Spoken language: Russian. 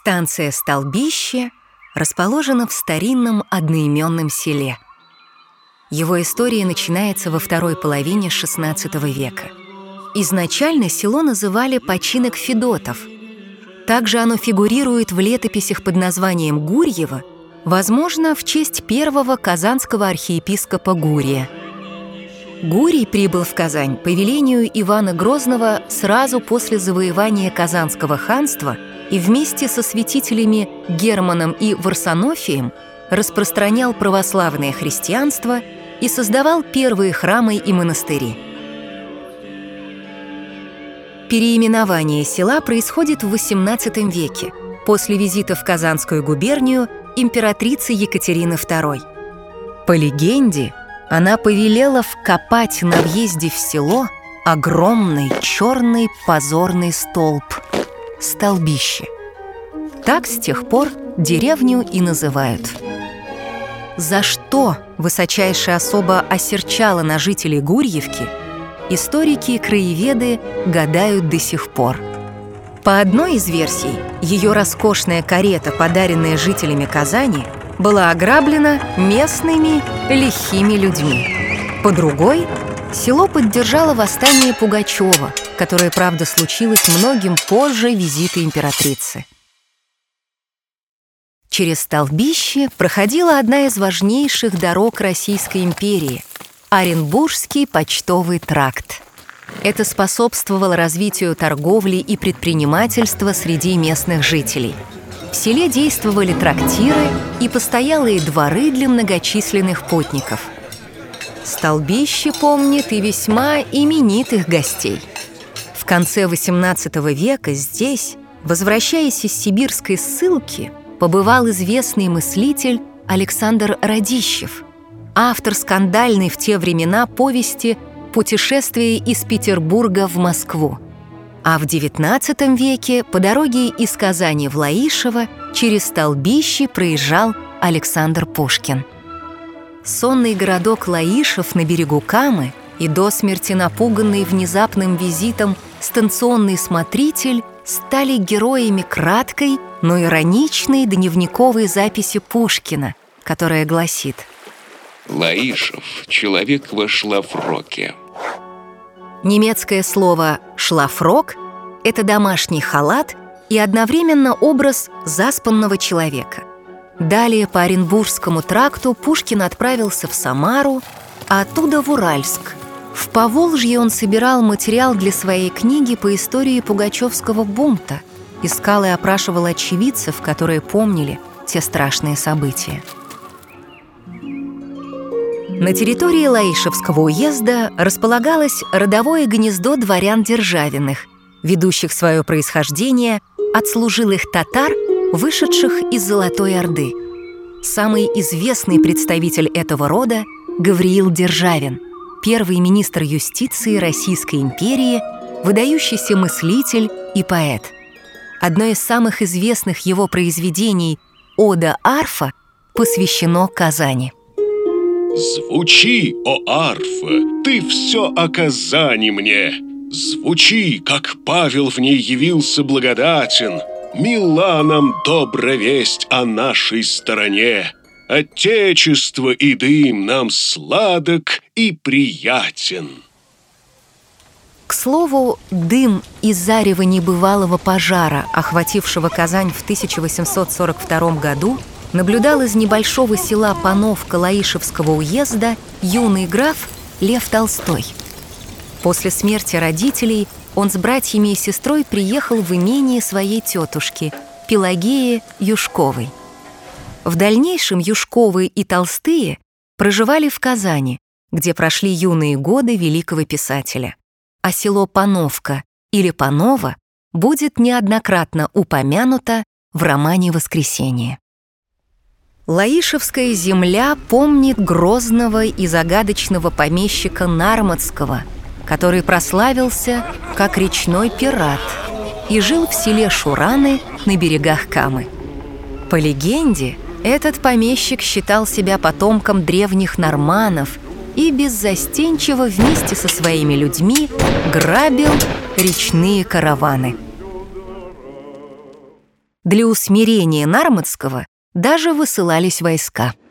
Станция Столбище расположена в старинном одноименном селе. Его история начинается во второй половине XVI века. Изначально село называли «Починок Федотов». Также оно фигурирует в летописях под названием Гурьево, возможно, в честь первого казанского архиепископа Гурия. Гурий прибыл в Казань по велению Ивана Грозного сразу после завоевания Казанского ханства и вместе со святителями Германом и Варсонофием распространял православное христианство и создавал первые храмы и монастыри. Переименование села происходит в XVIII веке, после визита в Казанскую губернию императрицы Екатерины II. По легенде, она повелела вкопать на въезде в село огромный черный позорный столб – столбище. Так с тех пор деревню и называют. За что высочайшая особа осерчала на жителей Гурьевки, историки и краеведы гадают до сих пор. По одной из версий, ее роскошная карета, подаренная жителями Казани, была ограблена местными лихими людьми. По другой, село поддержало восстание Пугачева, которое, правда, случилось многим позже визита императрицы. Через Столбище проходила одна из важнейших дорог Российской империи – Оренбургский почтовый тракт. Это способствовало развитию торговли и предпринимательства среди местных жителей. В селе действовали трактиры и постоялые дворы для многочисленных путников. Столбище помнит и весьма именитых гостей. В конце XVIII века здесь, возвращаясь из сибирской ссылки, побывал известный мыслитель Александр Радищев, автор скандальной в те времена повести «Путешествие из Петербурга в Москву». А в XIX веке по дороге из Казани в Лаишево через Столбище проезжал Александр Пушкин. Сонный городок Лаишев на берегу Камы и до смерти напуганный внезапным визитом станционный смотритель стали героями краткой, но ироничной дневниковой записи Пушкина, которая гласит: «Лаишев, человек во шлафроке». Немецкое слово «шлафрок» — это домашний халат и одновременно образ заспанного человека. Далее по Оренбургскому тракту Пушкин отправился в Самару, а оттуда в Уральск. В Поволжье он собирал материал для своей книги по истории Пугачевского бунта, искал и опрашивал очевидцев, которые помнили те страшные события. На территории Лаишевского уезда располагалось родовое гнездо дворян Державиных, ведущих свое происхождение от служилых татар, вышедших из Золотой Орды. Самый известный представитель этого рода – Гавриил Державин, первый министр юстиции Российской империи, выдающийся мыслитель и поэт. Одно из самых известных его произведений «Ода Арфа» посвящено Казани. Звучи, о арфа, ты все о Казани мне. Звучи, как Павел в ней явился благодатен. Мила нам добра весть о нашей стороне. Отечество и дым нам сладок и приятен. К слову, дым из зарева небывалого пожара, охватившего Казань в 1842 году, наблюдал из небольшого села Пановка Лаишевского уезда юный граф Лев Толстой. После смерти родителей он с братьями и сестрой приехал в имение своей тетушки Пелагеи Юшковой. В дальнейшем Юшковы и Толстые проживали в Казани, где прошли юные годы великого писателя. А село Пановка или Паново будет неоднократно упомянуто в романе «Воскресенье». Лаишевская земля помнит грозного и загадочного помещика Нарматского, который прославился как речной пират и жил в селе Шураны на берегах Камы. По легенде, этот помещик считал себя потомком древних норманнов и беззастенчиво вместе со своими людьми грабил речные караваны. Для усмирения Нармадского даже высылались войска.